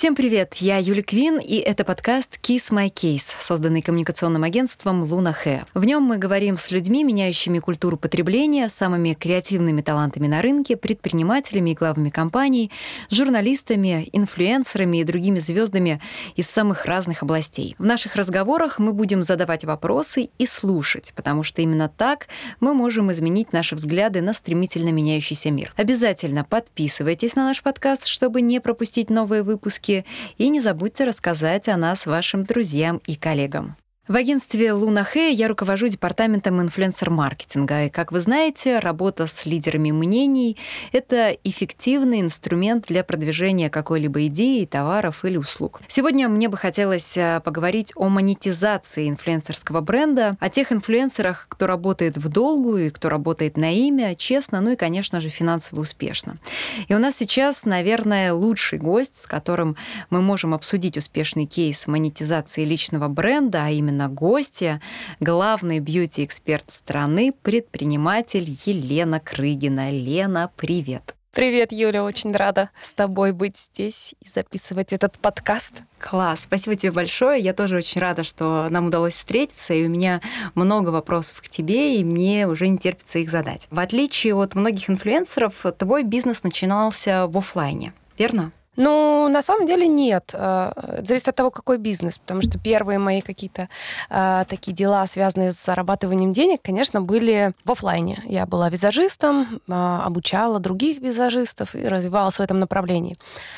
Всем привет, я Юля Квин, и это подкаст «Kiss My Case», созданный коммуникационным агентством Luna Hair. В нем мы говорим с людьми, меняющими культуру потребления, самыми креативными талантами на рынке, предпринимателями и главами компаний, журналистами, инфлюенсерами и другими звездами из самых разных областей. В наших разговорах мы будем задавать вопросы и слушать, потому что именно так мы можем изменить наши взгляды на стремительно меняющийся мир. Обязательно подписывайтесь на наш подкаст, чтобы не пропустить новые выпуски, и не забудьте рассказать о нас вашим друзьям и коллегам. В агентстве Luna Hair я руковожу департаментом инфлюенсер-маркетинга. И, как вы знаете, работа с лидерами мнений — это эффективный инструмент для продвижения какой-либо идеи, товаров или услуг. Сегодня мне бы хотелось поговорить о монетизации инфлюенсерского бренда, о тех инфлюенсерах, кто работает в долгую и кто работает на имя, честно, ну и, конечно же, финансово успешно. И у нас сейчас, наверное, лучший гость, с которым мы можем обсудить успешный кейс монетизации личного бренда, а именно гостья, главный бьюти-эксперт страны, предприниматель Елена Крыгина. Лена, привет! Привет, Юля, очень рада с тобой быть здесь и записывать этот подкаст. Класс, спасибо тебе большое. Я тоже очень рада, что нам удалось встретиться, и у меня много вопросов к тебе, и мне уже не терпится их задать. В отличие от многих инфлюенсеров, твой бизнес начинался в офлайне, верно? Ну, на самом деле нет. Зависит от того, какой бизнес. Потому что первые мои какие-то такие дела, связанные с зарабатыванием денег, конечно, были в офлайне. Я была визажистом, обучала других визажистов и развивалась в этом направлении.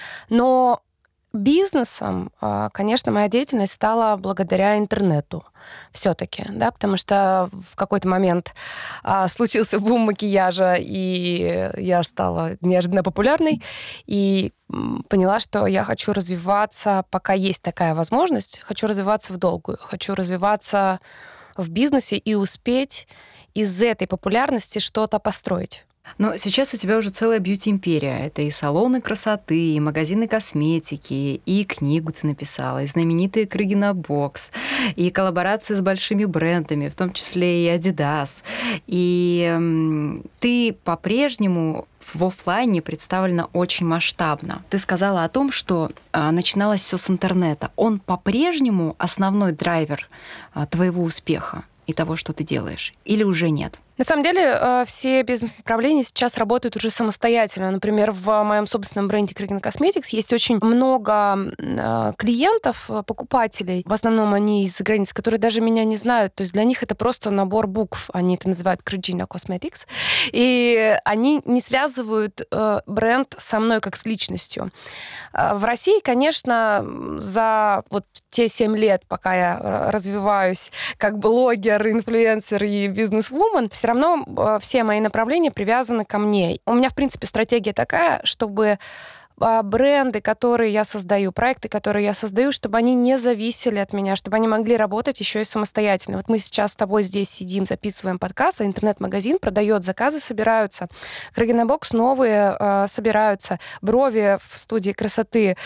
Но бизнесом, конечно, моя деятельность стала благодаря интернету все-таки, да, потому что в какой-то момент случился бум макияжа, и я стала неожиданно популярной, и поняла, что я хочу развиваться, пока есть такая возможность, хочу развиваться в долгую, хочу развиваться в бизнесе и успеть из этой популярности что-то построить. Но сейчас у тебя уже целая бьюти-империя. Это и салоны красоты, и магазины косметики, и книгу ты написала, и знаменитый Крыгина Бокс, и коллаборации с большими брендами, в том числе и Adidas. И ты по-прежнему в офлайне представлена очень масштабно. Ты сказала о том, что начиналось все с интернета. Он по-прежнему основной драйвер твоего успеха и того, что ты делаешь, или уже нет? На самом деле, все бизнес-направления сейчас работают уже самостоятельно. Например, в моем собственном бренде Крыгина Cosmetics есть очень много клиентов, покупателей. В основном они из-за границы, которые даже меня не знают. То есть для них это просто набор букв. Они это называют Крыгина Cosmetics. И они не связывают бренд со мной как с личностью. В России, конечно, за вот те 7 лет, пока я развиваюсь как блогер, инфлюенсер и бизнес-вумен, все равно все мои направления привязаны ко мне. У меня, в принципе, стратегия такая, чтобы бренды, которые я создаю, проекты, которые я создаю, чтобы они не зависели от меня, чтобы они могли работать еще и самостоятельно. Вот мы сейчас с тобой здесь сидим, записываем подкаст, а интернет-магазин продает, заказы собираются, Крыгина Бокс новые собираются, брови в студии красоты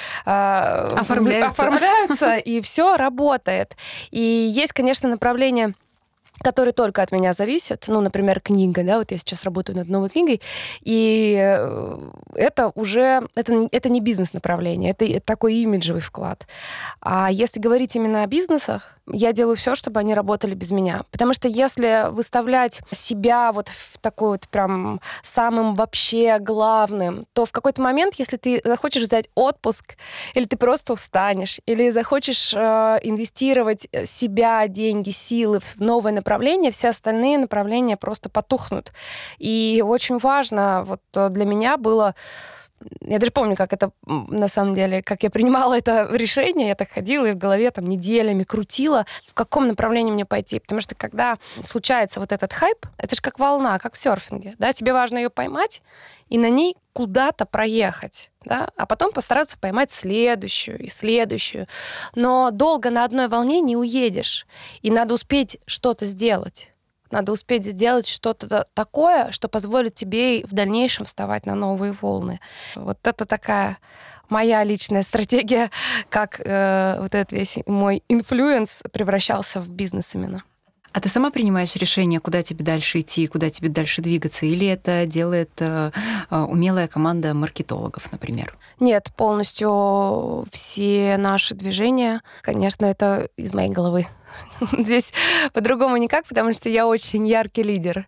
оформляются, и все работает. И есть, конечно, направление, которые только от меня зависят. Ну, например, книга, да, вот я сейчас работаю над новой книгой, и это уже, это не бизнес-направление, это такой имиджевый вклад. А если говорить именно о бизнесах, я делаю все, чтобы они работали без меня. Потому что если выставлять себя вот в такой вот прям самым вообще главным, то в какой-то момент, если ты захочешь взять отпуск, или ты просто устанешь, или захочешь инвестировать себя, деньги, силы в новое направление, все остальные направления просто потухнут. И очень важно вот для меня было... Я даже помню, как это, на самом деле, как я принимала это решение. Я так ходила и в голове там неделями крутила, в каком направлении мне пойти. Потому что когда случается вот этот хайп, это же как волна, как в серфинге. Да? Тебе важно ее поймать и на ней куда-то проехать. Да? А потом постараться поймать следующую и следующую. Но долго на одной волне не уедешь. И надо успеть что-то сделать. Надо успеть сделать что-то такое, что позволит тебе в дальнейшем вставать на новые волны. Вот это такая моя личная стратегия, как вот этот весь мой инфлюенс превращался в бизнес именно. А ты сама принимаешь решение, куда тебе дальше идти, куда тебе дальше двигаться, или это делает умелая команда маркетологов, например? Нет, полностью все наши движения, конечно, это из моей головы. Здесь по-другому никак, потому что я очень яркий лидер.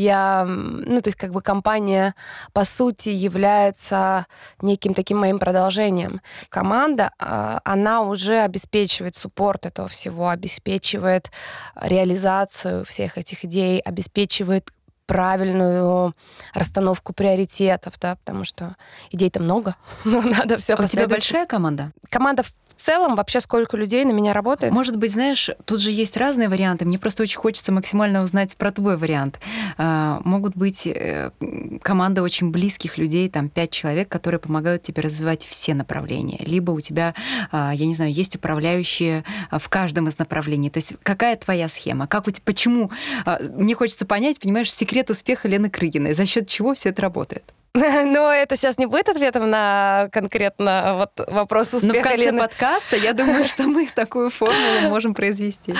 То есть как бы компания, по сути, является неким таким моим продолжением. Команда, она уже обеспечивает суппорт этого всего, обеспечивает реализацию всех этих идей, обеспечивает правильную расстановку приоритетов, да, потому что идей-то много, но надо все. У тебя большая команда? Команда в целом, вообще сколько людей на меня работает? Может быть, знаешь, тут же есть разные варианты. Мне просто очень хочется максимально узнать про твой вариант. Могут быть команда очень близких людей, там 5 человек, которые помогают тебе развивать все направления. Либо у тебя, я не знаю, есть управляющие в каждом из направлений. То есть какая твоя схема? Почему? Мне хочется понять, понимаешь, секрет успеха Лены Крыгиной. За счет чего все это работает? Но это сейчас не будет ответом на конкретно вот вопрос успеха. Но в конце Лены. Подкаста я думаю, что мы такую формулу можем произвести.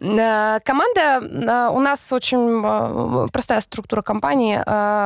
Команда, у нас очень простая структура компании.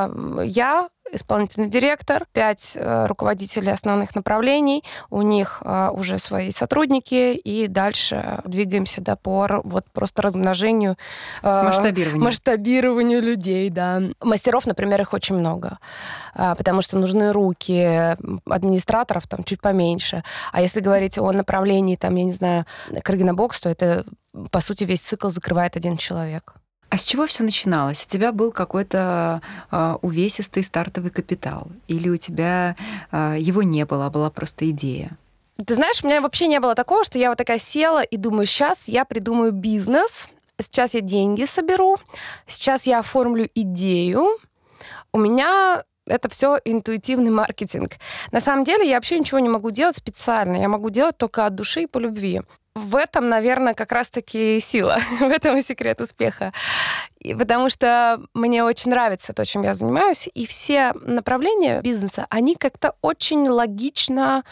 Я исполнительный директор, 5 руководителей основных направлений, у них уже свои сотрудники, и дальше двигаемся по вот просто размножению, масштабированию людей, да. Мастеров, например, их очень много, потому что нужны руки, администраторов там чуть поменьше. А если говорить о направлении, там, я не знаю, Крыгина Бокс, то это, по сути, весь цикл закрывает один человек. А с чего все начиналось? У тебя был какой-то увесистый стартовый капитал? Или у тебя его не было, а была просто идея? Ты знаешь, у меня вообще не было такого, что я вот такая села и думаю, сейчас я придумаю бизнес, сейчас я деньги соберу, сейчас я оформлю идею. У меня это все интуитивный маркетинг. На самом деле я вообще ничего не могу делать специально. Я могу делать только от души и по любви. В этом, наверное, как раз-таки сила, в этом и секрет успеха. Потому что мне очень нравится то, чем я занимаюсь, и все направления бизнеса, они как-то очень логично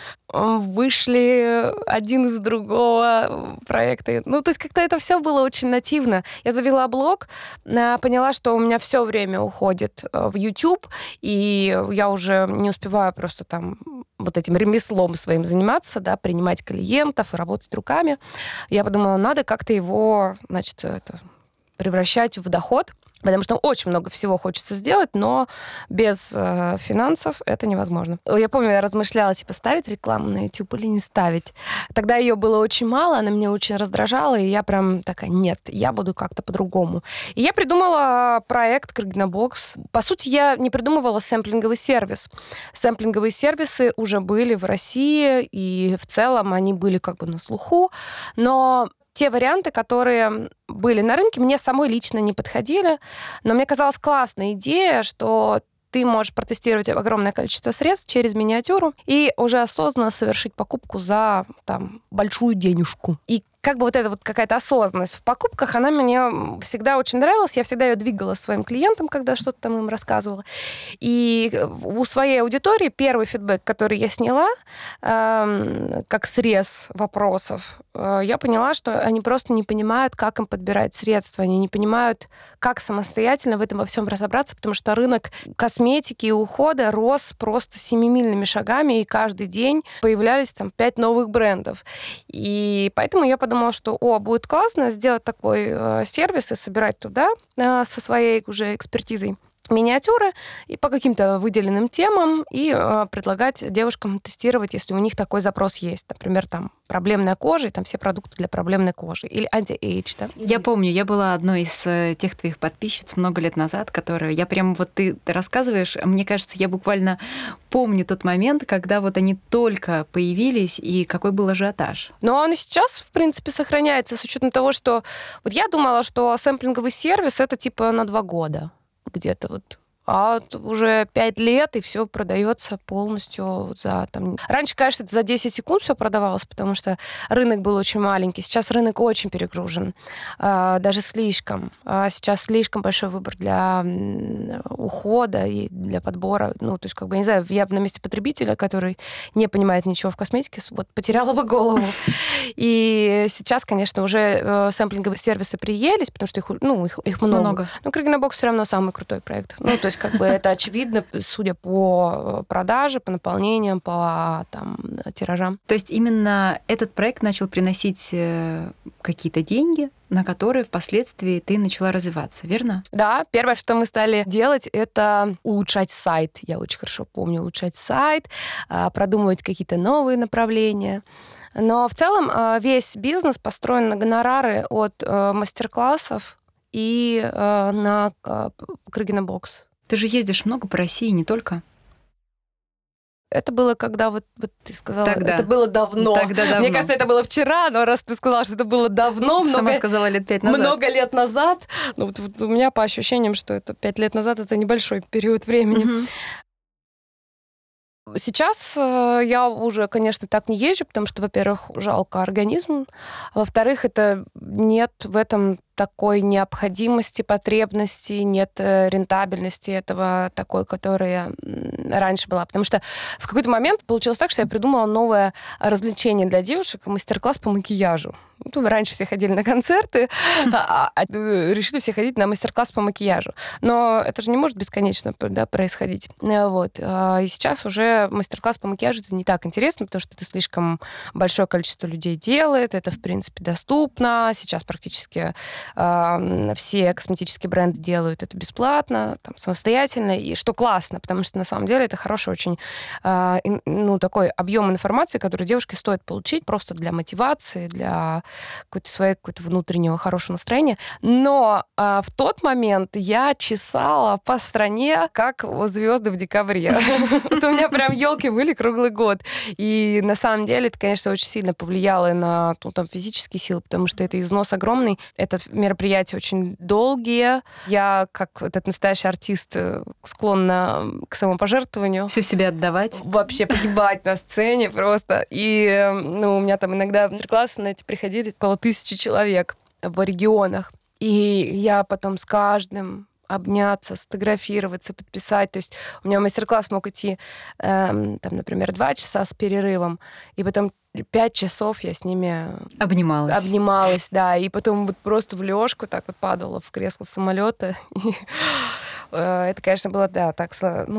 вышли один из другого проекта. То есть как-то это все было очень нативно. Я завела блог, поняла, что у меня все время уходит в YouTube, и я уже не успеваю просто там вот этим ремеслом своим заниматься, да, принимать клиентов и работать руками. Я подумала, надо как-то его, превращать в доход, потому что очень много всего хочется сделать, но без финансов это невозможно. Я помню, я размышляла, ставить рекламу на YouTube или не ставить. Тогда ее было очень мало, она меня очень раздражала, и я прям такая, нет, я буду как-то по-другому. И я придумала проект Крыгина Бокс. По сути, я не придумывала сэмплинговый сервис. Сэмплинговые сервисы уже были в России, и в целом они были как бы на слуху, но те варианты, которые были на рынке, мне самой лично не подходили, но мне казалась классная идея, что ты можешь протестировать огромное количество средств через миниатюру и уже осознанно совершить покупку за большую денежку. И как бы вот эта вот какая-то осознанность в покупках, она мне всегда очень нравилась. Я всегда ее двигала своим клиентам, когда что-то там им рассказывала. И у своей аудитории первый фидбэк, который я сняла, как срез вопросов, я поняла, что они просто не понимают, как им подбирать средства. Они не понимают, как самостоятельно в этом во всем разобраться, потому что рынок косметики и ухода рос просто семимильными шагами, и каждый день появлялись 5 новых брендов. И поэтому я подумала, что будет классно сделать такой сервис и собирать туда со своей уже экспертизой миниатюры и по каким-то выделенным темам и предлагать девушкам тестировать, если у них такой запрос есть. Например, проблемная кожа, и все продукты для проблемной кожи. Или анти-эйдж. Да? Я помню, я была одной из тех твоих подписчиц много лет назад, которые... ты рассказываешь, мне кажется, я буквально помню тот момент, когда они только появились, и какой был ажиотаж. Но он и сейчас, в принципе, сохраняется с учетом того, что... я думала, что сэмплинговый сервис — это на 2 года где-то а уже 5 лет, и все продается полностью за там... Раньше, конечно, это за 10 секунд все продавалось, потому что рынок был очень маленький. Сейчас рынок очень перегружен, даже слишком. Сейчас слишком большой выбор для ухода и для подбора. Ну, то есть, как бы, не знаю, я бы на месте потребителя, который не понимает ничего в косметике, вот потеряла бы голову. И сейчас, конечно, уже сэмплинговые сервисы приелись, потому что их много. Но Крыгина-бокс все равно самый крутой проект. Ну, то есть, как бы это очевидно, судя по продаже, по наполнениям, по там, тиражам. То есть именно этот проект начал приносить какие-то деньги, на которые впоследствии ты начала развиваться, верно? Да, первое, что мы стали делать, это улучшать сайт. Я очень хорошо помню улучшать сайт, продумывать какие-то новые направления. Но в целом весь бизнес построен на гонорары от мастер-классов и на Крыгина-бокс. Ты же ездишь много по России, не только. Это было, когда вот ты сказала, тогда. Это было давно. Тогда давно. Мне кажется, это было вчера, но раз ты сказала, что это было давно, сама сказала лет 5 назад. Много лет назад, вот у меня по ощущениям, что это 5 лет назад, это небольшой период времени. Сейчас я уже, конечно, так не езжу, потому что, во-первых, жалко организм, а во-вторых, это нет в этом такой необходимости, потребности, нет рентабельности этого такой, которая раньше была. Потому что в какой-то момент получилось так, что я придумала новое развлечение для девушек, мастер-класс по макияжу. Раньше все ходили на концерты, а решили все ходить на мастер-класс по макияжу. Но это же не может бесконечно происходить. Вот. И сейчас уже мастер-класс по макияжу это не так интересно, потому что это слишком большое количество людей делает, это, в принципе, доступно. Сейчас практически все косметические бренды делают это бесплатно, там, самостоятельно, и что классно, потому что на самом деле это хороший очень такой объем информации, который девушке стоит получить просто для мотивации, для какого-то внутреннего хорошего настроения. Но в тот момент я чесала по стране, как звезды в декабре. У меня прям елки были круглый год. И на самом деле это, конечно, очень сильно повлияло на физические силы, потому что это износ огромный. Это мероприятия очень долгие. Я, как этот настоящий артист, склонна к самопожертвованию. Все себе отдавать. Вообще погибать на сцене просто. И у меня там иногда мастер-классы на эти приходили около 1000 человек в регионах. И я потом с каждым обняться, сфотографироваться, подписать. То есть у меня мастер-класс мог идти, например, 2 часа с перерывом, и потом 5 часов я с ними обнималась, да, и потом вот просто в лёжку так вот падала в кресло самолета. Это, конечно, было, да, так,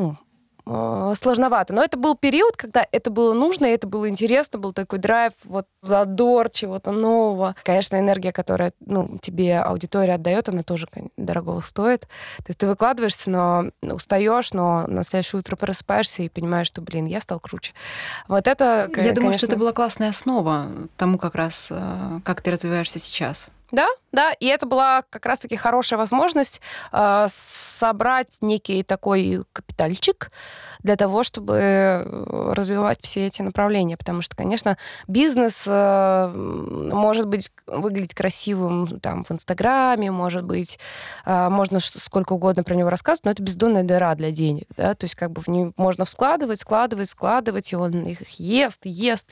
сложновато. Но это был период, когда это было нужно, и это было интересно, был такой драйв, вот задор чего-то нового. Конечно, энергия, которая тебе аудитория отдает, она тоже дорого стоит. То есть ты выкладываешься, но устаешь, но на следующее утро просыпаешься и понимаешь, что, я стал круче. Вот это, Я думаю, что это была классная основа тому, как раз, как ты развиваешься сейчас. Да, и это была как раз-таки хорошая возможность собрать некий такой капитальчик для того, чтобы развивать все эти направления. Потому что, конечно, бизнес может выглядеть красивым там, в Инстаграме, может быть, можно сколько угодно про него рассказывать, но это бездонная дыра для денег. Да? То есть как бы в нее можно складывать, и он их ест.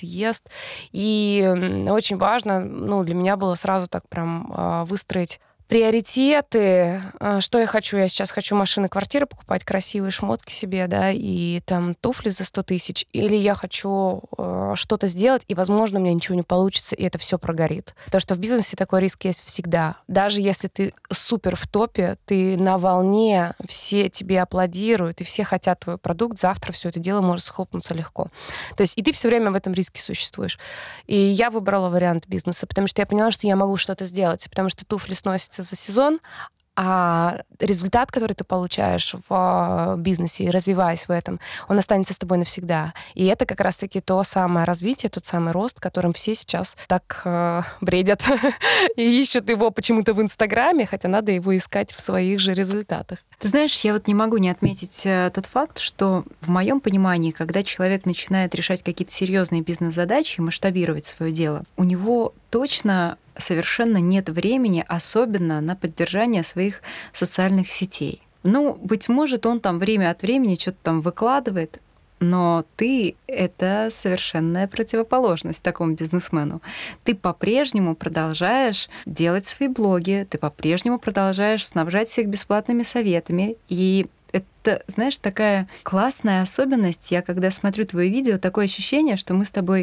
И очень важно, для меня было сразу так прям выстроить приоритеты, что я хочу. Я сейчас хочу машины, квартиры покупать, красивые шмотки себе, да, и там туфли за 100 000. Или я хочу что-то сделать, и, возможно, у меня ничего не получится, и это все прогорит. Потому что в бизнесе такой риск есть всегда. Даже если ты супер в топе, ты на волне, все тебе аплодируют, и все хотят твой продукт, завтра все это дело может схлопнуться легко. То есть и ты все время в этом риске существуешь. И я выбрала вариант бизнеса, потому что я поняла, что я могу что-то сделать, потому что туфли сносятся за сезон, а результат, который ты получаешь в бизнесе и развиваясь в этом, он останется с тобой навсегда. И это как раз-таки то самое развитие, тот самый рост, которым все сейчас так бредят и ищут его почему-то в Инстаграме, хотя надо его искать в своих же результатах. Ты знаешь, я вот не могу не отметить тот факт, что в моем понимании, когда человек начинает решать какие-то серьезные бизнес-задачи и масштабировать свое дело, у него точно совершенно нет времени, особенно на поддержание своих социальных сетей. Ну, быть может, он там время от времени что-то там выкладывает, но ты — это совершенная противоположность такому бизнесмену. Ты по-прежнему продолжаешь делать свои блоги, ты по-прежнему продолжаешь снабжать всех бесплатными советами. И это, знаешь, такая классная особенность. Я когда смотрю твои видео, такое ощущение, что мы с тобой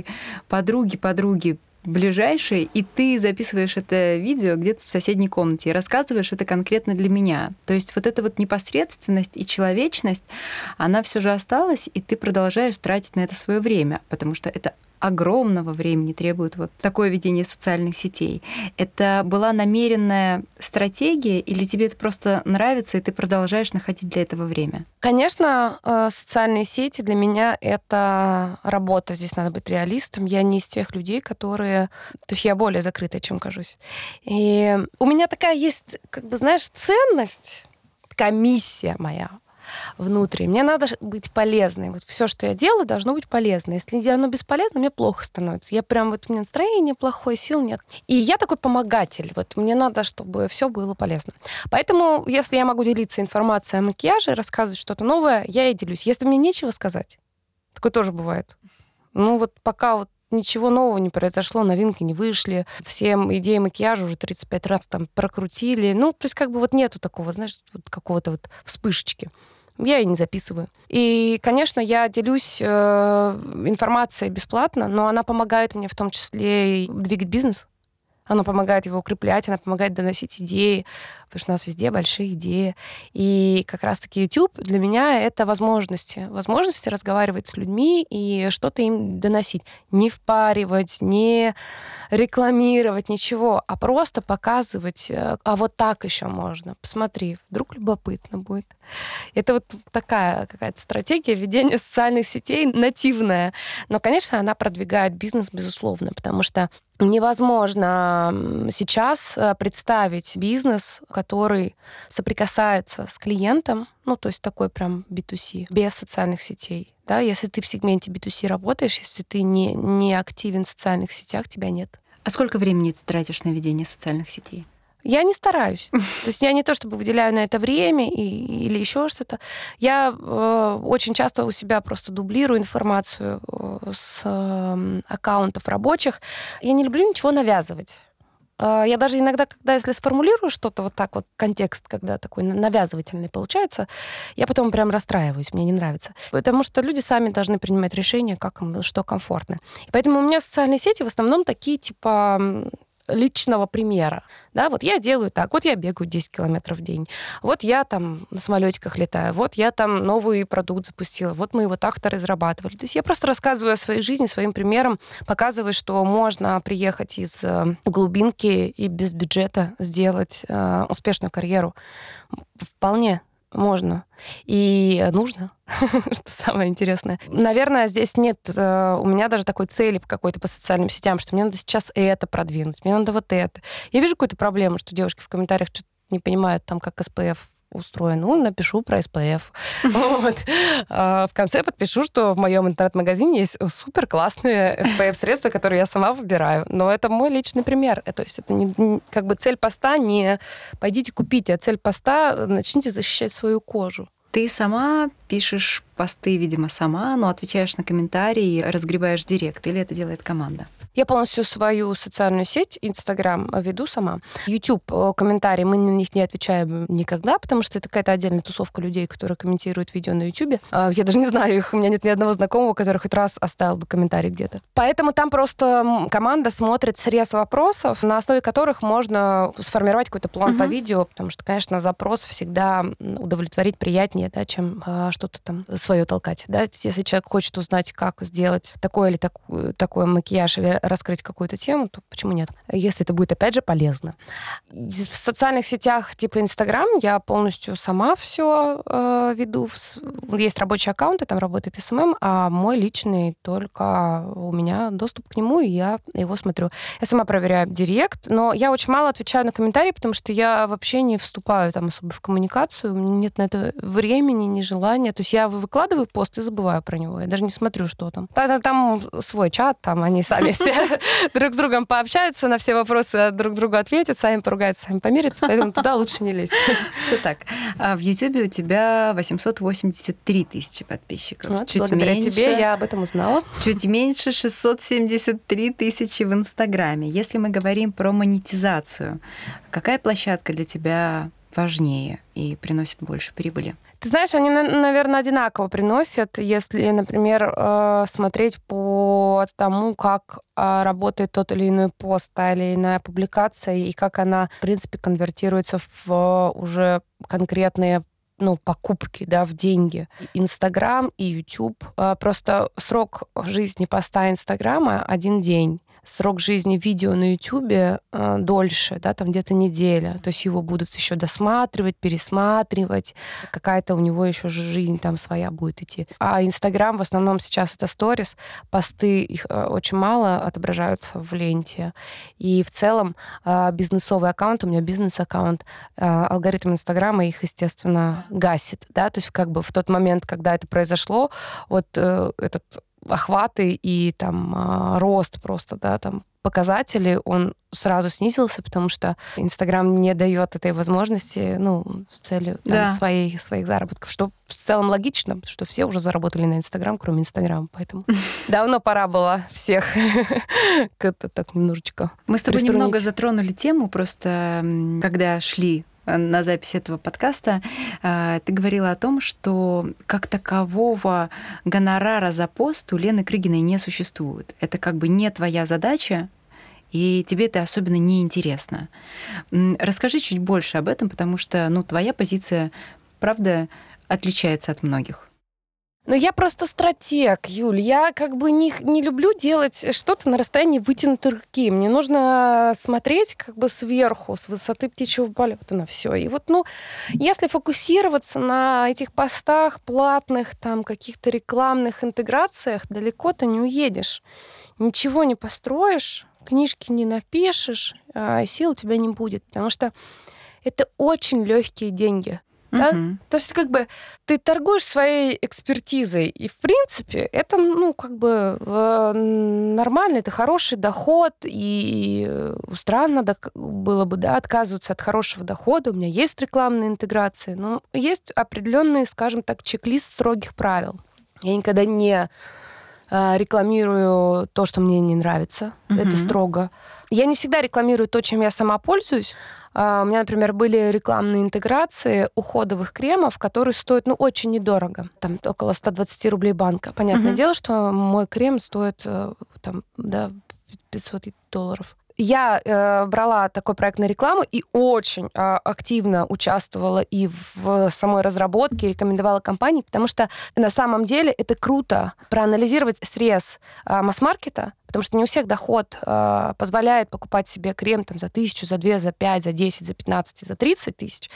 подруги ближайшие, и ты записываешь это видео где-то в соседней комнате и рассказываешь это конкретно для меня. То есть вот эта вот непосредственность и человечность, она все же осталась, и ты продолжаешь тратить на это свое время, потому что это огромного времени требует вот такое ведение социальных сетей. Это была намеренная стратегия, или тебе это просто нравится, и ты продолжаешь находить для этого время? Конечно, социальные сети для меня — это работа. Здесь надо быть реалистом. Я не из тех людей, которые... То есть я более закрытая, чем кажусь. И у меня такая есть, как бы, знаешь, ценность, такая миссия моя внутри. Мне надо быть полезной. Вот все, что я делаю, должно быть полезно. Если оно бесполезно, мне плохо становится. Я прям вот, у меня настроение плохое, сил нет. И я такой помогатель. Вот мне надо, чтобы все было полезно. Поэтому, если я могу делиться информацией о макияже, рассказывать что-то новое, я и делюсь. Если мне нечего сказать, такое тоже бывает. Ну вот пока вот ничего нового не произошло, новинки не вышли, все идеи макияжа уже 35 раз там прокрутили. Ну, то есть как бы вот нету такого, знаешь, вот какого-то вот вспышечки. Я и не записываю. И, конечно, я делюсь информацией бесплатно, но она помогает мне в том числе и двигать бизнес. Она помогает его укреплять, она помогает доносить идеи, потому что у нас везде большие идеи. И как раз-таки YouTube для меня — это возможности. Возможности разговаривать с людьми и что-то им доносить. Не впаривать, не рекламировать, ничего, а просто показывать, а вот так еще можно. Посмотри, вдруг любопытно будет. Это вот такая какая-то стратегия ведения социальных сетей нативная. Но, конечно, она продвигает бизнес, безусловно, потому что невозможно сейчас представить бизнес, который соприкасается с клиентом, ну, то есть такой прям B2C, без социальных сетей. Да? Если ты в сегменте B2C работаешь, если ты не активен в социальных сетях, тебя нет. А сколько времени ты тратишь на ведение социальных сетей? Я не стараюсь. То есть я не то чтобы выделяю на это время или еще что-то. Я очень часто у себя просто дублирую информацию с аккаунтов рабочих. Я не люблю ничего навязывать. Я даже иногда, если сформулирую что-то вот так вот, контекст, когда такой навязывательный получается, я потом прям расстраиваюсь, мне не нравится. Потому что люди сами должны принимать решения, как им что комфортно. И поэтому у меня социальные сети в основном такие, типа, личного примера. Да, вот я делаю так, вот я бегаю 10 километров в день, вот я там на самолетиках летаю, вот я там новый продукт запустила, вот мы его так-то разрабатывали. То есть я просто рассказываю о своей жизни, своим примером, показываю, что можно приехать из глубинки и без бюджета сделать успешную карьеру. Вполне можно. И нужно, что самое интересное. Наверное, здесь нет у меня даже такой цели какой-то по социальным сетям, что мне надо сейчас это продвинуть, мне надо вот это. Я вижу какую-то проблему, что девушки в комментариях что-то не понимают, там, как SPF устроен. Ну, напишу про SPF. В конце подпишу, что в моем интернет-магазине есть супер классные SPF-средства, которые я сама выбираю. Но это мой личный пример. То есть это не, как бы цель поста не пойдите купите, а цель поста начните защищать свою кожу. Ты сама пишешь посты, видимо, сама, но отвечаешь на комментарии, разгребаешь директ, или это делает команда? Я полностью свою социальную сеть, Инстаграм, веду сама. YouTube комментарии, мы на них не отвечаем никогда, потому что это какая-то отдельная тусовка людей, которые комментируют видео на YouTube. Я даже не знаю их, у меня нет ни одного знакомого, который хоть раз оставил бы комментарий где-то. Поэтому там просто команда смотрит срез вопросов, на основе которых можно сформировать какой-то план по видео, потому что, конечно, запрос всегда удовлетворить приятнее, да, чем что-то там свое толкать. Да? Если человек хочет узнать, как сделать такой или такой макияж, или раскрыть какую-то тему, то почему нет? Если это будет, опять же, полезно. В социальных сетях типа Инстаграм я полностью сама все веду. Есть рабочие аккаунты, там работает СММ, а мой личный только у меня доступ к нему, и я его смотрю. Я сама проверяю директ, но я очень мало отвечаю на комментарии, потому что я вообще не вступаю там особо в коммуникацию, у меня нет на это времени, ни желания. То есть я выкладываю пост и забываю про него. Я даже не смотрю, что там. Там свой чат, там они сами все друг с другом пообщаются, на все вопросы друг другу ответят, сами поругаются, сами помирятся, поэтому туда лучше не лезть. Все так. А в Ютубе у тебя 883 тысячи подписчиков. Вот, благодаря тебе я об этом узнала. Чуть меньше 673 тысячи в Инстаграме. Если мы говорим про монетизацию, какая площадка для тебя важнее и приносит больше прибыли? Ты знаешь, они, наверное, одинаково приносят, если, например, смотреть по тому, как работает тот или иной пост, та или иная публикация, и как она, в принципе, конвертируется в уже конкретные покупки, да, в деньги. Инстаграм и Ютуб. Просто срок жизни поста Инстаграма 1 день. Срок жизни видео на Ютубе дольше, да, там где-то неделя. То есть его будут еще досматривать, пересматривать. Какая-то у него еще жизнь там своя будет идти. А Инстаграм в основном сейчас это сторис. Посты, их очень мало отображаются в ленте. И в целом бизнесовый аккаунт, у меня бизнес-аккаунт, алгоритм Инстаграма их, естественно, гасит. Да? То есть как бы в тот момент, когда это произошло, вот этот охваты и там рост просто, да, там показатели, он сразу снизился, потому что Инстаграм не дает этой возможности, с целью своих заработков, что в целом логично, что все уже заработали на Инстаграм, кроме Инстаграма, поэтому давно пора было всех как-то так немножечко. Мы с тобой немного затронули тему, просто когда шли на запись этого подкаста, ты говорила о том, что как такового гонорара за пост у Лены Крыгиной не существует. Это как бы не твоя задача, и тебе это особенно не интересно. Расскажи чуть больше об этом, потому что, твоя позиция, правда, отличается от многих. Я просто стратег, Юль. Я как бы не люблю делать что-то на расстоянии вытянутой руки. Мне нужно смотреть как бы сверху, с высоты птичьего полета на все. И вот, если фокусироваться на этих постах платных, там, каких-то рекламных интеграциях, далеко ты не уедешь. Ничего не построишь, книжки не напишешь, сил у тебя не будет. Потому что это очень легкие деньги. Да? То есть как бы ты торгуешь своей экспертизой, и в принципе это нормально, это хороший доход, и странно было бы отказываться от хорошего дохода. У меня есть рекламные интеграции, но есть определенный, скажем так, чек-лист строгих правил. Я никогда не рекламирую то, что мне не нравится. Это строго. Я не всегда рекламирую то, чем я сама пользуюсь. У меня, например, были рекламные интеграции уходовых кремов, которые стоят, очень недорого. Там около 120 рублей банка. Понятное дело, что мой крем стоит $500. Я брала такой проект на рекламу и очень активно участвовала и в самой разработке, рекомендовала компании, потому что на самом деле это круто проанализировать срез масс-маркета, потому что не у всех доход позволяет покупать себе крем там, за 1000, за 2, за 5, за 10, за 15, за 30 тысяч.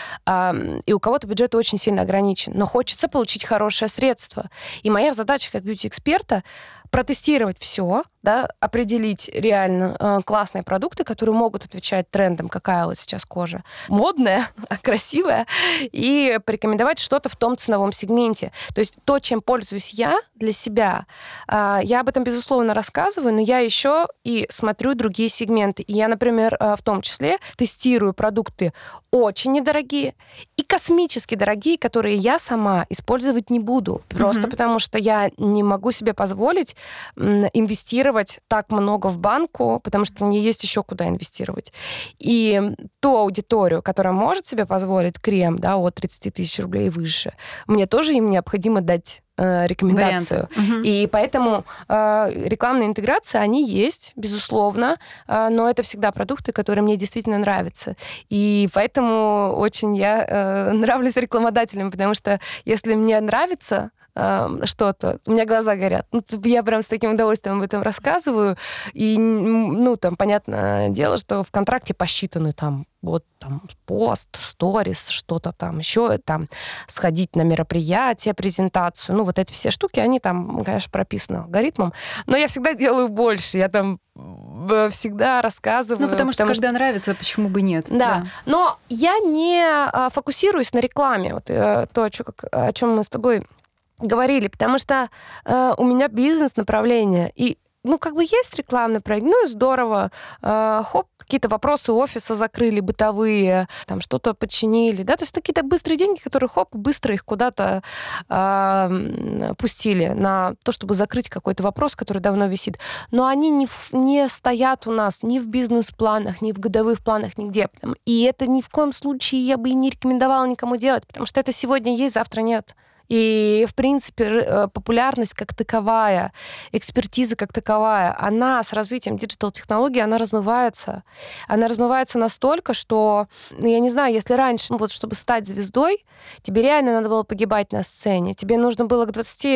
И у кого-то бюджет очень сильно ограничен. Но хочется получить хорошее средство. И моя задача как бьюти-эксперта протестировать все, да, определить реально классные продукты, которые могут отвечать трендам, какая вот сейчас кожа модная, красивая, и порекомендовать что-то в том ценовом сегменте. То есть то, чем пользуюсь я для себя, я об этом, безусловно, рассказываю, но я еще и смотрю другие сегменты. И я, например, в том числе тестирую продукты очень недорогие и космически дорогие, которые я сама использовать не буду. Просто потому что я не могу себе позволить инвестировать так много в банку, потому что мне есть еще куда инвестировать. И ту аудиторию, которая может себе позволить крем, да, от 30 тысяч рублей и выше, мне тоже им необходимо дать рекомендацию. И поэтому рекламные интеграции, они есть, безусловно, но это всегда продукты, которые мне действительно нравятся. И поэтому очень я нравлюсь рекламодателям, потому что если мне нравится что-то, у меня глаза горят. Я прям с таким удовольствием об этом рассказываю. И, там, понятное дело, что в контракте посчитаны там пост, сторис, что-то там еще, там, сходить на мероприятие, презентацию. Вот эти все штуки, они там, конечно, прописаны алгоритмом. Но я всегда делаю больше. Я там всегда рассказываю. Потому что когда нравится, почему бы нет? Да. Но я не фокусируюсь на рекламе. Вот то, о чем мы с тобой говорили, потому что у меня бизнес-направление, и есть рекламный проект, ну и здорово. Хоп, какие-то вопросы офиса закрыли, бытовые, там что-то подчинили, да, то есть какие-то быстрые деньги, которые, хоп, быстро их куда-то пустили на то, чтобы закрыть какой-то вопрос, который давно висит. Но они не стоят у нас ни в бизнес-планах, ни в годовых планах, нигде. И это ни в коем случае я бы и не рекомендовала никому делать, потому что это сегодня есть, завтра нет. И, в принципе, популярность как таковая, экспертиза как таковая, она с развитием диджитал-технологий, она размывается. Она размывается настолько, что, я не знаю, если раньше, чтобы стать звездой, тебе реально надо было погибать на сцене. Тебе нужно было к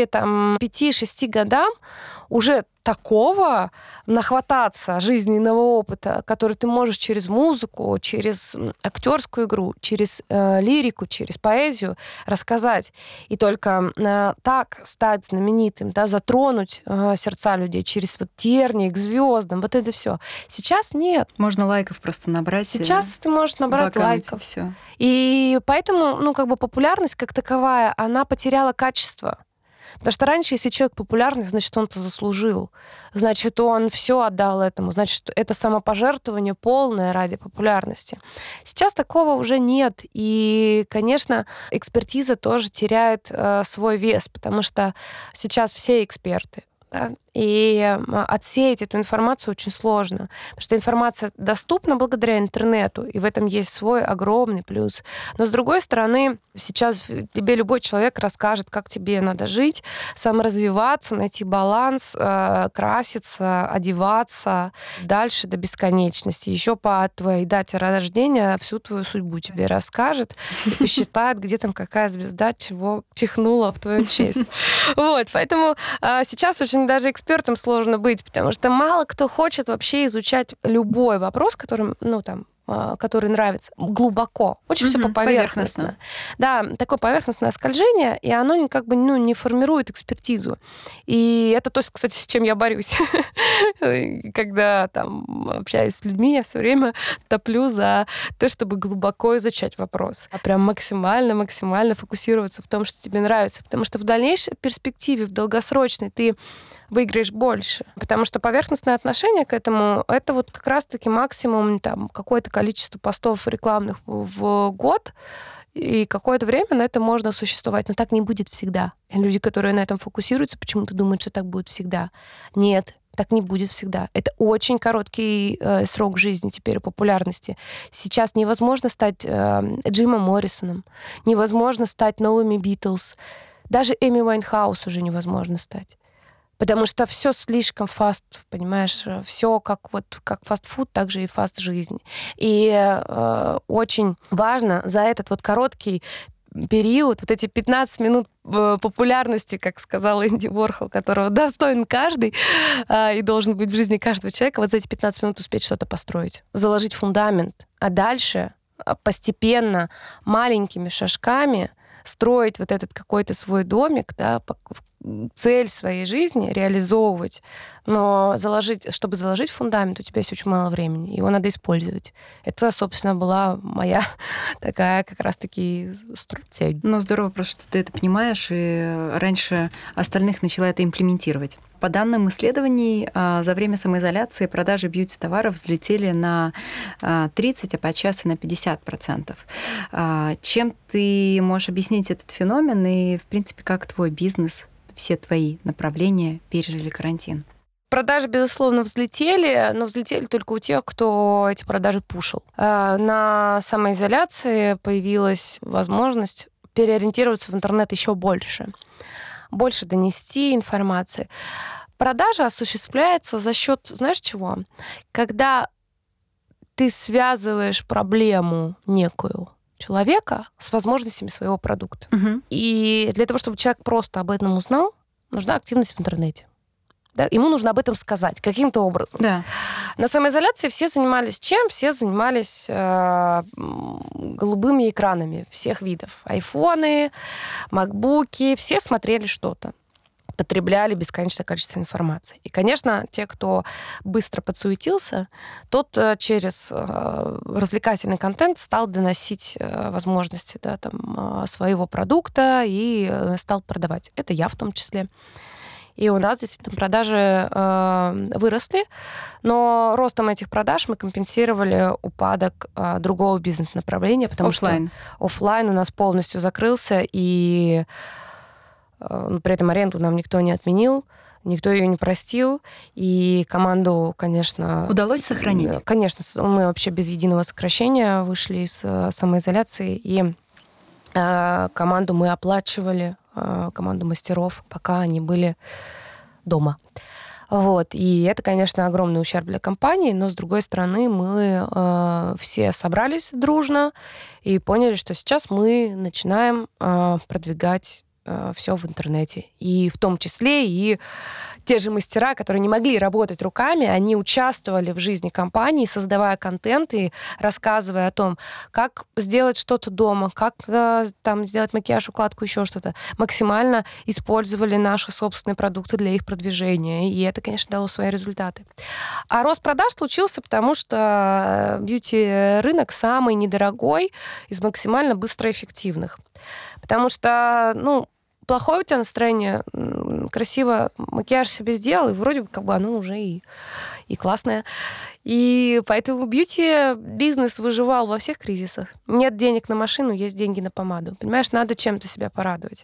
25-6 годам уже такого нахвататься жизненного опыта, который ты можешь через музыку, через актерскую игру, через лирику, через поэзию рассказать. И только так стать знаменитым, да, затронуть сердца людей через тернии к звездам, вот это все. Сейчас нет. Можно лайков просто набрать. Сейчас ты можешь набрать лайков. Всё. И поэтому, популярность как таковая, она потеряла качество. Потому что раньше, если человек популярный, значит, он это заслужил. Значит, он все отдал этому. Значит, это самопожертвование полное ради популярности. Сейчас такого уже нет. И, конечно, экспертиза тоже теряет свой вес, потому что сейчас все эксперты. Да? И отсеять эту информацию очень сложно, потому что информация доступна благодаря интернету, и в этом есть свой огромный плюс. Но, с другой стороны, сейчас тебе любой человек расскажет, как тебе надо жить, саморазвиваться, найти баланс, краситься, одеваться дальше до бесконечности. Еще по твоей дате рождения всю твою судьбу тебе расскажет и посчитает, где там какая звезда чего чихнула в твою честь. Вот, поэтому сейчас очень даже экспертом сложно быть, потому что мало кто хочет вообще изучать любой вопрос, который нравится глубоко. Очень все поверхностно. Да, такое поверхностное скольжение, и оно не формирует экспертизу. И это то, кстати, с чем я борюсь. Когда общаюсь с людьми, я все время топлю за то, чтобы глубоко изучать вопрос. А прям максимально фокусироваться в том, что тебе нравится. Потому что в дальнейшей перспективе, в долгосрочной, ты выиграешь больше. Потому что поверхностное отношение к этому — это вот как раз-таки максимум какое-то количество постов рекламных в год, и какое-то время на это можно существовать. Но так не будет всегда. И люди, которые на этом фокусируются, почему-то думают, что так будет всегда. Нет, так не будет всегда. Это очень короткий срок жизни теперь популярности. Сейчас невозможно стать Джимом Моррисоном, невозможно стать новыми Битлз. Даже Эми Уайнхаус уже невозможно стать. Потому что все слишком фаст, понимаешь, все как фастфуд, так же и фаст-жизнь. И очень важно за этот короткий период, эти 15 минут популярности, как сказал Энди Уорхол, которого достоин каждый и должен быть в жизни каждого человека, за эти 15 минут успеть что-то построить, заложить фундамент, а дальше постепенно, маленькими шажками строить этот какой-то свой домик, да, цель своей жизни реализовывать, но чтобы заложить фундамент, у тебя есть очень мало времени, его надо использовать. Это, собственно, была моя такая как раз-таки стратегия. Ну, здорово просто, что ты это понимаешь, и раньше остальных начала это имплементировать. По данным исследований, за время самоизоляции продажи бьюти-товаров взлетели на 30%, а подчас и на 50%. Чем ты можешь объяснить этот феномен и, в принципе, как твой бизнес, все твои направления пережили карантин? Продажи, безусловно, взлетели, но взлетели только у тех, кто эти продажи пушил. На самоизоляции появилась возможность переориентироваться в интернет еще больше донести информации. Продажа осуществляется за счет, знаешь чего? Когда ты связываешь проблему некую человека с возможностями своего продукта. Угу. И для того, чтобы человек просто об этом узнал, нужна активность в интернете. Да? Ему нужно об этом сказать каким-то образом. Да. На самоизоляции все занимались чем? Все занимались голубыми экранами всех видов. Айфоны, макбуки, все смотрели что-то. Потребляли бесконечное количество информации. И, конечно, те, кто быстро подсуетился, тот через развлекательный контент стал доносить возможности своего продукта и стал продавать. Это я в том числе. И у нас действительно продажи выросли, но ростом этих продаж мы компенсировали упадок другого бизнес-направления, потому что офлайн у нас полностью закрылся, и при этом аренду нам никто не отменил, никто ее не простил, и команду, конечно... Удалось сохранить? Конечно, мы вообще без единого сокращения вышли из самоизоляции, и команду мы оплачивали, команду мастеров, пока они были дома. Вот. И это, конечно, огромный ущерб для компании, но, с другой стороны, мы все собрались дружно и поняли, что сейчас мы начинаем продвигать все в интернете. И в том числе и те же мастера, которые не могли работать руками, они участвовали в жизни компании, создавая контент и рассказывая о том, как сделать что-то дома, как там сделать макияж, укладку, еще что-то. Максимально использовали наши собственные продукты для их продвижения. И это, конечно, дало свои результаты. А рост продаж случился, потому что бьюти-рынок самый недорогой из максимально быстро эффективных. Потому что, плохое у тебя настроение, красиво макияж себе сделал, и вроде бы как бы оно уже и классное. И поэтому бьюти-бизнес выживал во всех кризисах. Нет денег на машину, есть деньги на помаду. Понимаешь, надо чем-то себя порадовать.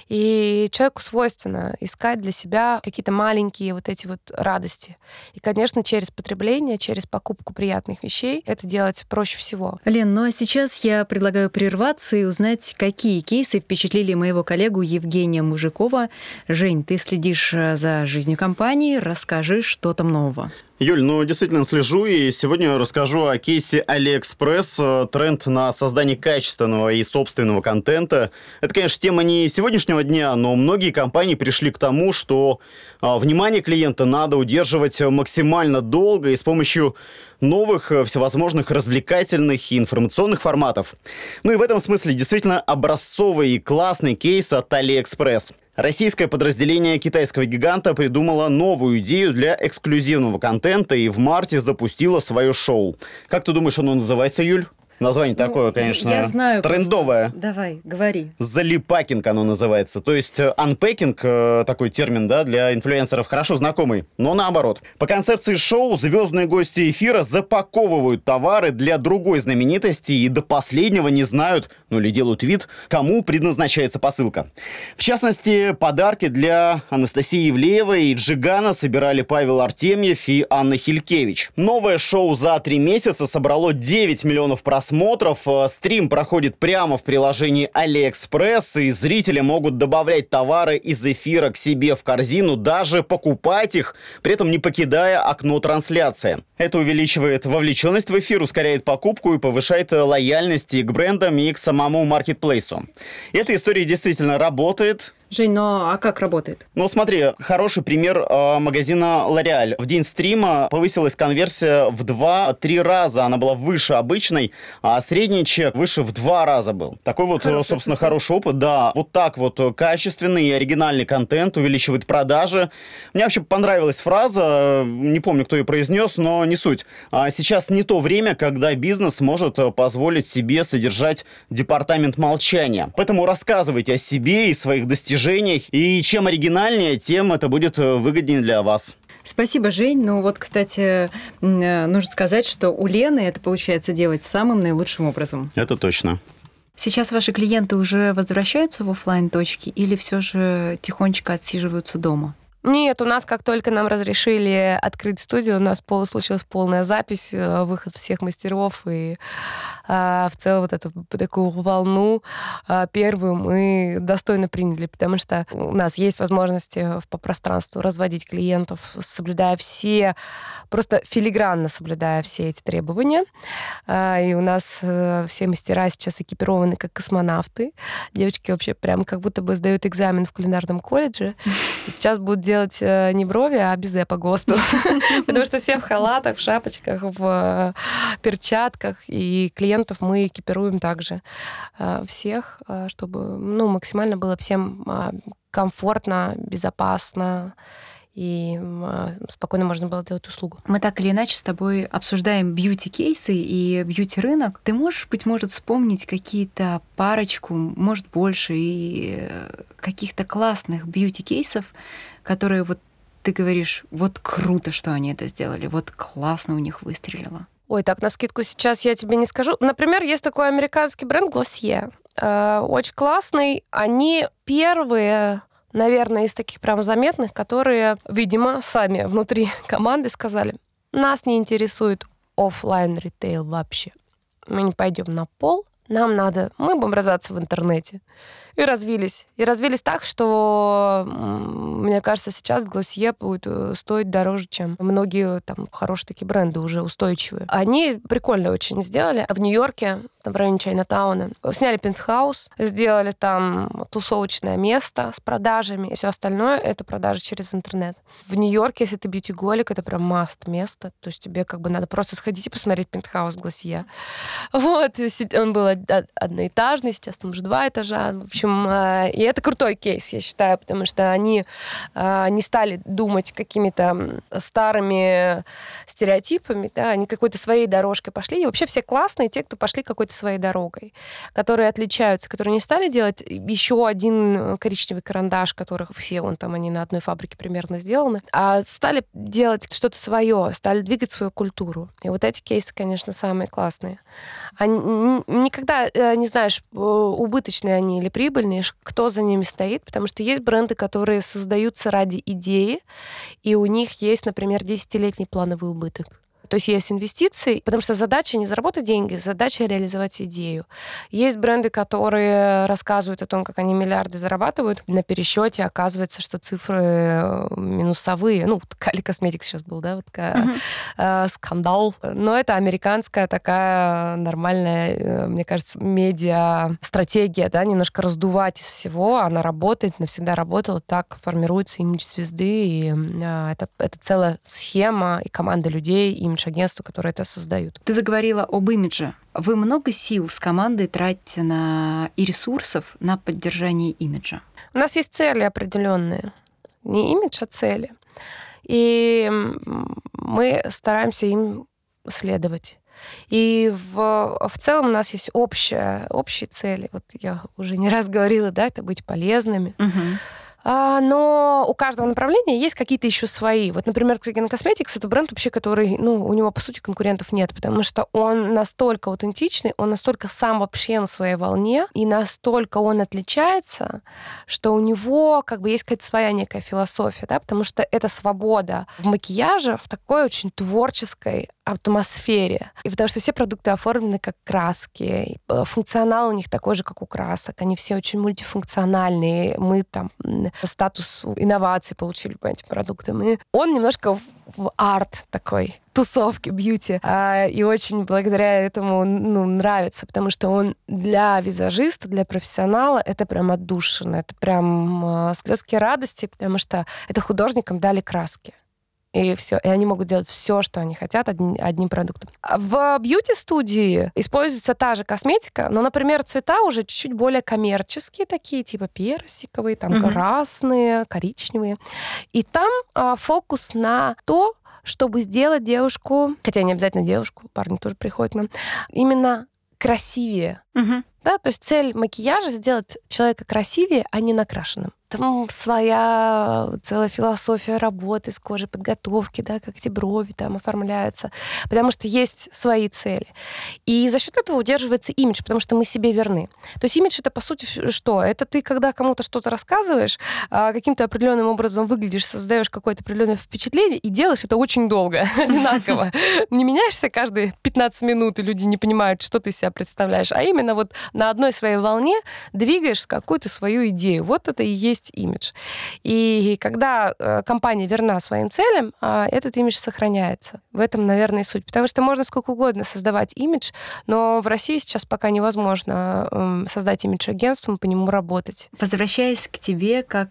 И человеку свойственно искать для себя какие-то маленькие вот эти вот радости. И, конечно, через потребление, через покупку приятных вещей это делать проще всего. Лен, а сейчас я предлагаю прерваться и узнать, какие кейсы впечатлили моего коллегу Евгения Мужикова. Жень, ты следишь за жизнью компании, расскажи, что там нового. Юль, действительно слежу, и сегодня расскажу о кейсе AliExpress, тренд на создание качественного и собственного контента. Это, конечно, тема не сегодняшнего дня, но многие компании пришли к тому, что внимание клиента надо удерживать максимально долго и с помощью новых всевозможных развлекательных и информационных форматов. И в этом смысле действительно образцовый и классный кейс от AliExpress. Российское подразделение китайского гиганта придумало новую идею для эксклюзивного контента и в марте запустило свое шоу. Как ты думаешь, оно называется, Юль? Название такое, конечно, я знаю, трендовое. Просто. Давай, говори. Залипакинг оно называется. То есть анпекинг, такой термин, да, для инфлюенсеров, хорошо знакомый, но наоборот. По концепции шоу звездные гости эфира запаковывают товары для другой знаменитости и до последнего не знают, или делают вид, кому предназначается посылка. В частности, подарки для Анастасии Ивлеевой и Джигана собирали Павел Артемьев и Анна Хилькевич. Новое шоу за 3 месяца собрало 9 миллионов просмотров. Стрим проходит прямо в приложении AliExpress, и зрители могут добавлять товары из эфира к себе в корзину, даже покупать их, при этом не покидая окно трансляции. Это увеличивает вовлеченность в эфир, ускоряет покупку и повышает лояльность и к брендам, и к самому маркетплейсу. Эта история действительно работает. Жень, а как работает? Смотри, хороший пример магазина L'Oréal. В день стрима повысилась конверсия в 2-3 раза. Она была выше обычной, а средний чек выше в 2 раза был. Такой вот, собственно, хороший опыт. Да, вот так вот качественный и оригинальный контент увеличивает продажи. Мне вообще понравилась фраза, не помню, кто ее произнес, но не суть. Сейчас не то время, когда бизнес может позволить себе содержать департамент молчания. Поэтому рассказывайте о себе и своих достижениях. И чем оригинальнее, тем это будет выгоднее для вас. Спасибо, Жень. Кстати, нужно сказать, что у Лены это получается делать самым наилучшим образом. Это точно. Сейчас ваши клиенты уже возвращаются в офлайн-точки или все же тихонечко отсиживаются дома? Нет, у нас, как только нам разрешили открыть студию, у нас случилась полная запись, выход всех мастеров, и в целом вот эту такую волну первую мы достойно приняли, потому что у нас есть возможности по пространству разводить клиентов, соблюдая просто филигранно соблюдая все эти требования. И у нас все мастера сейчас экипированы как космонавты. Девочки вообще прям как будто бы сдают экзамен в кулинарном колледже. И сейчас будут делать не брови, а безе по ГОСТу. Потому что все в халатах, в шапочках, в перчатках. И клиентов мы экипируем также всех, чтобы максимально было всем комфортно, безопасно и спокойно можно было делать услугу. Мы так или иначе с тобой обсуждаем бьюти-кейсы и бьюти-рынок. Ты можешь, быть может, вспомнить какие-то парочку, может, больше, и каких-то классных бьюти-кейсов, которые вот ты говоришь, вот круто, что они это сделали, вот классно у них выстрелило? Ой, так, навскидку сейчас я тебе не скажу. Например, есть такой американский бренд Glossier. Очень классный. Они первые, наверное, из таких прям заметных, которые, видимо, сами внутри команды сказали, нас не интересует офлайн ритейл вообще. Мы не пойдем на пол, мы будем разаться в интернете. И развились. И развились так, что, мне кажется, сейчас Glossier будет стоить дороже, чем многие там хорошие такие бренды уже устойчивые. Они прикольно очень сделали. В Нью-Йорке, в районе Чайнатауна, сняли пентхаус, сделали там тусовочное место с продажами, и все остальное — это продажи через интернет. В Нью-Йорке, если ты бьюти-голик, это прям маст место. То есть тебе как бы надо просто сходить и посмотреть пентхаус Glossier. Вот. Он был одноэтажный, сейчас там уже 2 этажа. В общем, и это крутой кейс, я считаю, потому что они не стали думать какими-то старыми стереотипами, да, они какой-то своей дорожкой пошли. И вообще все классные те, кто пошли какой-то своей дорогой, которые отличаются, которые не стали делать еще один коричневый карандаш, которых все они на одной фабрике примерно сделаны, а стали делать что-то свое, стали двигать свою культуру. И вот эти кейсы, конечно, самые классные. Никогда не знаешь, убыточные они или прибыльные, кто за ними стоит, потому что есть бренды, которые создаются ради идеи, и у них есть, например, 10-летний плановый убыток. То есть есть инвестиции, потому что задача не заработать деньги, задача реализовать идею. Есть бренды, которые рассказывают о том, как они миллиарды зарабатывают. На пересчете оказывается, что цифры минусовые. Кали Косметикс сейчас был, да, скандал. Но это американская такая нормальная, мне кажется, медиа-стратегия, да, немножко раздувать из всего. Она работает, навсегда работала. Так формируется имидж звезды, и это целая схема и команда людей, имидж-агентства, которые это создают. Ты заговорила об имидже. Вы много сил с командой тратите и ресурсов на поддержание имиджа? У нас есть цели определенные. Не имидж, а цели. И мы стараемся им следовать. И в целом у нас есть общие цели. Вот я уже не раз говорила, да, это быть полезными. Но у каждого направления есть какие-то еще свои. Вот, например, Cregan Cosmetics — это бренд вообще, который, у него, по сути, конкурентов нет, потому что он настолько аутентичный, он настолько сам вообще на своей волне, и настолько он отличается, что у него как бы есть какая-то своя некая философия, да, потому что это свобода в макияже в такой очень творческой атмосфере. И потому что все продукты оформлены как краски. Функционал у них такой же, как у красок. Они все очень мультифункциональные. Мы там статус инноваций получили по этим продуктам. И он немножко в арт такой, тусовки, бьюти. И очень благодаря этому нравится, потому что он для визажиста, для профессионала это прям отдушина. Это прям слезки радости, потому что это художникам дали краски. И все. И они могут делать все, что они хотят одним продуктом. В бьюти-студии используется та же косметика, но, например, цвета уже чуть-чуть более коммерческие такие, типа персиковые, там красные, коричневые. И там фокус на то, чтобы сделать девушку, хотя не обязательно девушку, парни тоже приходят к нам, именно красивее. Да, то есть цель макияжа — сделать человека красивее, а не накрашенным. Там своя целая философия работы с кожей, подготовки, да, как эти брови там оформляются, потому что есть свои цели. И за счет этого удерживается имидж, потому что мы себе верны. То есть имидж — это, по сути, что? Это ты, когда кому-то что-то рассказываешь, каким-то определенным образом выглядишь, создаешь какое-то определенное впечатление и делаешь это очень долго, одинаково. Не меняешься каждые 15 минут, и люди не понимают, что ты из себя представляешь, а именно вот на одной своей волне двигаешь какую-то свою идею. Вот это и есть имидж. И когда компания верна своим целям, этот имидж сохраняется. В этом, наверное, и суть. Потому что можно сколько угодно создавать имидж, но в России сейчас пока невозможно создать имидж агентством, по нему работать. Возвращаясь к тебе как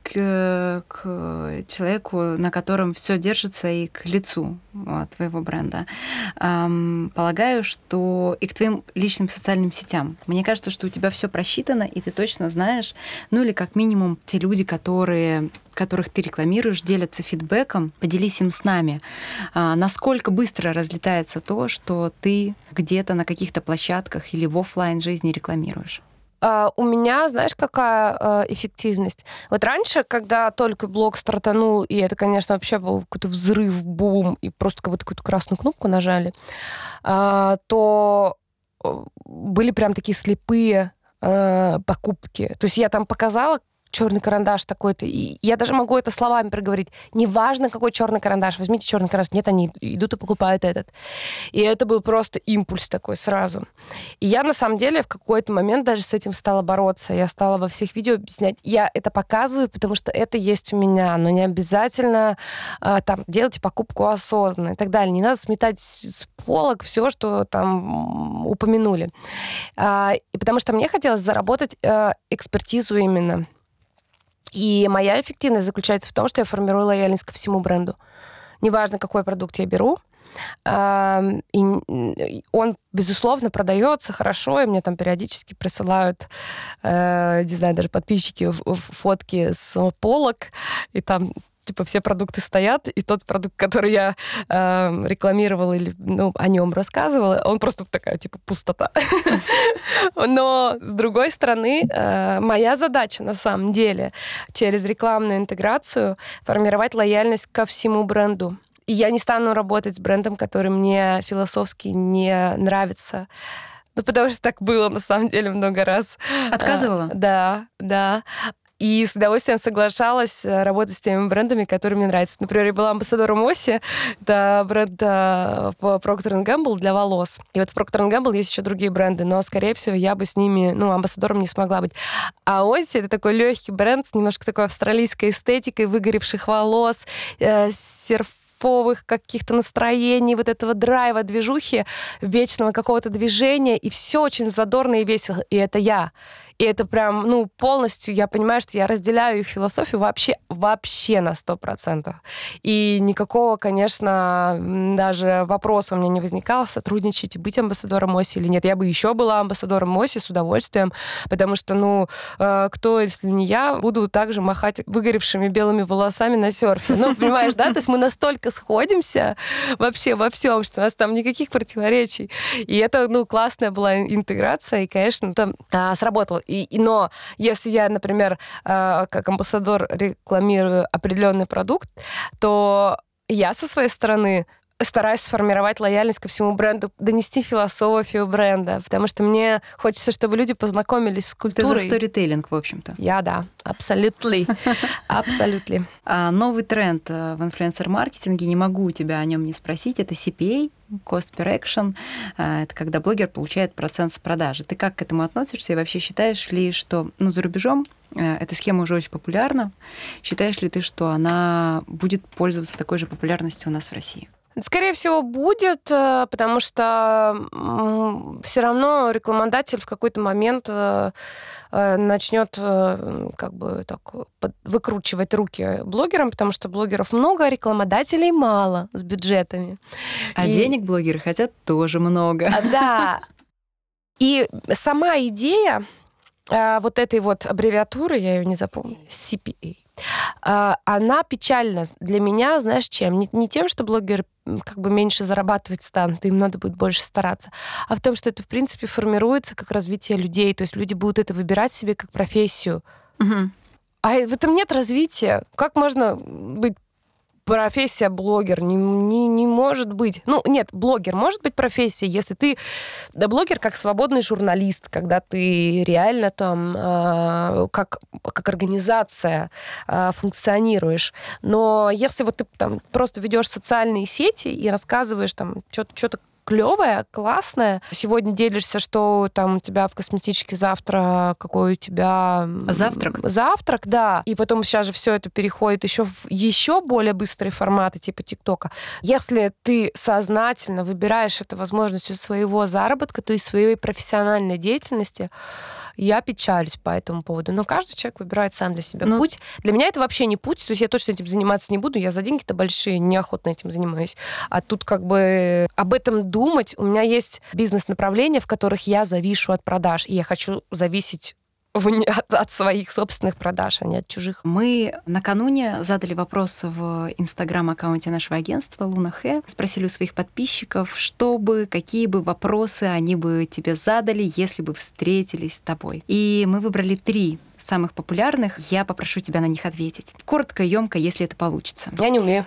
к человеку, на котором все держится, и к лицу твоего бренда, полагаю, что и к твоим личным социальным сетям Мне кажется, что у тебя все просчитано, и ты точно знаешь, ну или как минимум те люди, которых ты рекламируешь, делятся фидбэком. Поделись им с нами. Насколько быстро разлетается то, что ты где-то на каких-то площадках или в офлайн жизни рекламируешь? У меня, знаешь, какая эффективность? Вот раньше, когда только блог стартанул, и это, конечно, вообще был какой-то взрыв, бум, и просто как будто какую-то красную кнопку нажали, то были прям такие слепые покупки. То есть я там показала черный карандаш такой-то, и я даже могу это словами проговорить. Неважно, какой черный карандаш, возьмите черный карандаш. Нет, они идут и покупают этот. И это был просто импульс такой сразу. И я, на самом деле, в какой-то момент даже с этим стала бороться. Я стала во всех видео объяснять. Я это показываю, потому что это есть у меня, но не обязательно там делайте покупку осознанно и так далее. Не надо сметать с полок все, что там упомянули. И потому что мне хотелось заработать экспертизу именно. И моя эффективность заключается в том, что я формирую лояльность ко всему бренду. Неважно, какой продукт я беру, и он, безусловно, продается хорошо, и мне там периодически присылают, не знаю, даже подписчики фотки с полок, и там типа все продукты стоят, и тот продукт, который я рекламировала или о нем рассказывала, он просто такая, типа, пустота. Но, с другой стороны, моя задача, на самом деле, через рекламную интеграцию формировать лояльность ко всему бренду. И я не стану работать с брендом, который мне философски не нравится. Ну, потому что так было, на самом деле, много раз. Отказывала? Да. И с удовольствием соглашалась работать с теми брендами, которые мне нравятся. Например, я была амбассадором Оси, это бренд Procter & Gamble для волос. И вот в Procter & Gamble есть еще другие бренды, но, скорее всего, я бы с ними, амбассадором не смогла быть. А Оси — это такой легкий бренд с немножко такой австралийской эстетикой, выгоревших волос, серфовых каких-то настроений, вот этого драйва, движухи, вечного какого-то движения, и все очень задорно и весело. И это я. И это прям, полностью, я понимаю, что я разделяю их философию вообще на 100%. И никакого, конечно, даже вопроса у меня не возникало, сотрудничать и быть амбассадором Оси или нет. Я бы еще была амбассадором Оси с удовольствием, потому что, кто, если не я, буду также махать выгоревшими белыми волосами на серфе. Понимаешь, да? То есть мы настолько сходимся вообще во всем, что у нас там никаких противоречий. И это, классная была интеграция, и, конечно, там сработало. Но если я, например, как амбассадор рекламирую определенный продукт, то я со своей стороны стараюсь сформировать лояльность ко всему бренду, донести философию бренда, потому что мне хочется, чтобы люди познакомились с культурой. Ты за сторителлинг, в общем-то. Да, абсолютно. Абсолютно. Новый тренд в инфлюенсер-маркетинге, не могу у тебя о нем не спросить, это CPA, Cost Per Action. Это когда блогер получает процент с продажи. Ты как к этому относишься и вообще считаешь ли, что за рубежом эта схема уже очень популярна? Считаешь ли ты, что она будет пользоваться такой же популярностью у нас в России? Скорее всего, будет, потому что все равно рекламодатель в какой-то момент начнет выкручивать руки блогерам, потому что блогеров много, а рекламодателей мало с бюджетами. А денег блогеры хотят тоже много. Да. И сама идея вот этой вот аббревиатуры, я ее не запомню, CPA, она печальна для меня, знаешь, чем? Не тем, что блогеры меньше зарабатывать станут, им надо будет больше стараться, а в том, что это, в принципе, формируется как развитие людей, то есть люди будут это выбирать себе как профессию. Угу. А в этом нет развития. Как можно быть профессия блогер? Не может быть. Нет, блогер может быть профессией, если ты... Да, блогер как свободный журналист, когда ты реально там как организация функционируешь. Но если вот ты там просто ведешь социальные сети и рассказываешь там что-то клевое, классное. Сегодня делишься, что там у тебя в косметичке, завтра какой у тебя... Завтрак, да. И потом сейчас же все это переходит еще в еще более быстрые форматы, типа ТикТока. Если ты сознательно выбираешь это возможностью своего заработка, то есть своей профессиональной деятельности, Я печалюсь по этому поводу. Но каждый человек выбирает сам для себя путь. Для меня это вообще не путь. То есть я точно этим заниматься не буду. Я за деньги-то большие неохотно этим занимаюсь. А тут как бы об этом думать. У меня есть бизнес-направления, в которых я завишу от продаж. И я хочу зависеть от своих собственных продаж, а не от чужих. Мы накануне задали вопрос в инстаграм-аккаунте нашего агентства Луна Хэ. Спросили у своих подписчиков, какие бы вопросы они бы тебе задали, если бы встретились с тобой. И мы выбрали 3 самых популярных. Я попрошу тебя на них ответить. Коротко, ёмко, если это получится. Я не умею.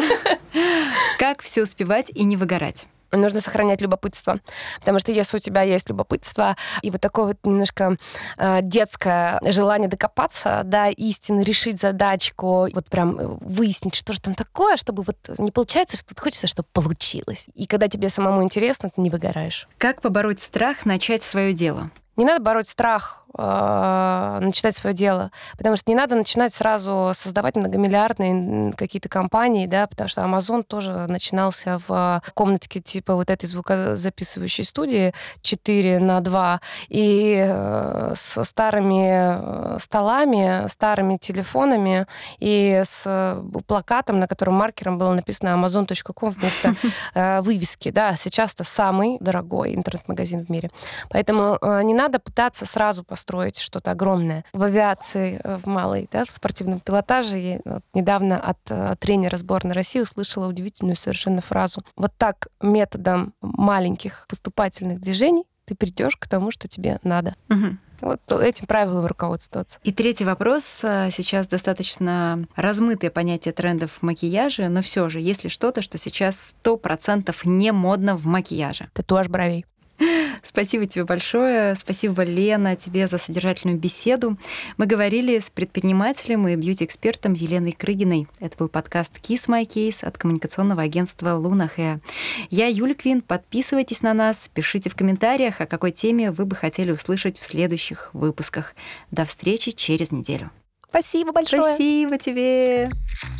Как все успевать и не выгорать? Нужно сохранять любопытство. Потому что если у тебя есть любопытство и вот такое вот немножко детское желание докопаться до истины, решить задачку, вот прям выяснить, что же там такое, чтобы вот не получается, что хочется, чтобы получилось. И когда тебе самому интересно, ты не выгораешь. Как побороть страх начать свое дело? Не надо бороть страх начинать свое дело, потому что не надо начинать сразу создавать многомиллиардные какие-то компании, да, потому что Amazon тоже начинался в комнатке типа вот этой звукозаписывающей студии 4:2 и с старыми столами, старыми телефонами и с плакатом, на котором маркером было написано amazon.com вместо вывески, да, сейчас это самый дорогой интернет-магазин в мире. Поэтому не надо пытаться сразу построить что-то огромное. В авиации, в малой, да, в спортивном пилотаже я недавно от тренера сборной России услышала удивительную совершенно фразу. Вот так методом маленьких поступательных движений ты придешь к тому, что тебе надо. Угу. Вот этим правилом руководствоваться. И 3-й вопрос. Сейчас достаточно размытое понятие трендов в макияже, но все же, есть ли что-то, что сейчас 100% не модно в макияже? Татуаж бровей. Спасибо тебе большое. Спасибо, Лена, тебе за содержательную беседу. Мы говорили с предпринимателем и бьюти-экспертом Еленой Крыгиной. Это был подкаст Kiss My Case от коммуникационного агентства Луна Хэ. Я Юля Квин. Подписывайтесь на нас, пишите в комментариях, о какой теме вы бы хотели услышать в следующих выпусках. До встречи через неделю. Спасибо большое. Спасибо тебе.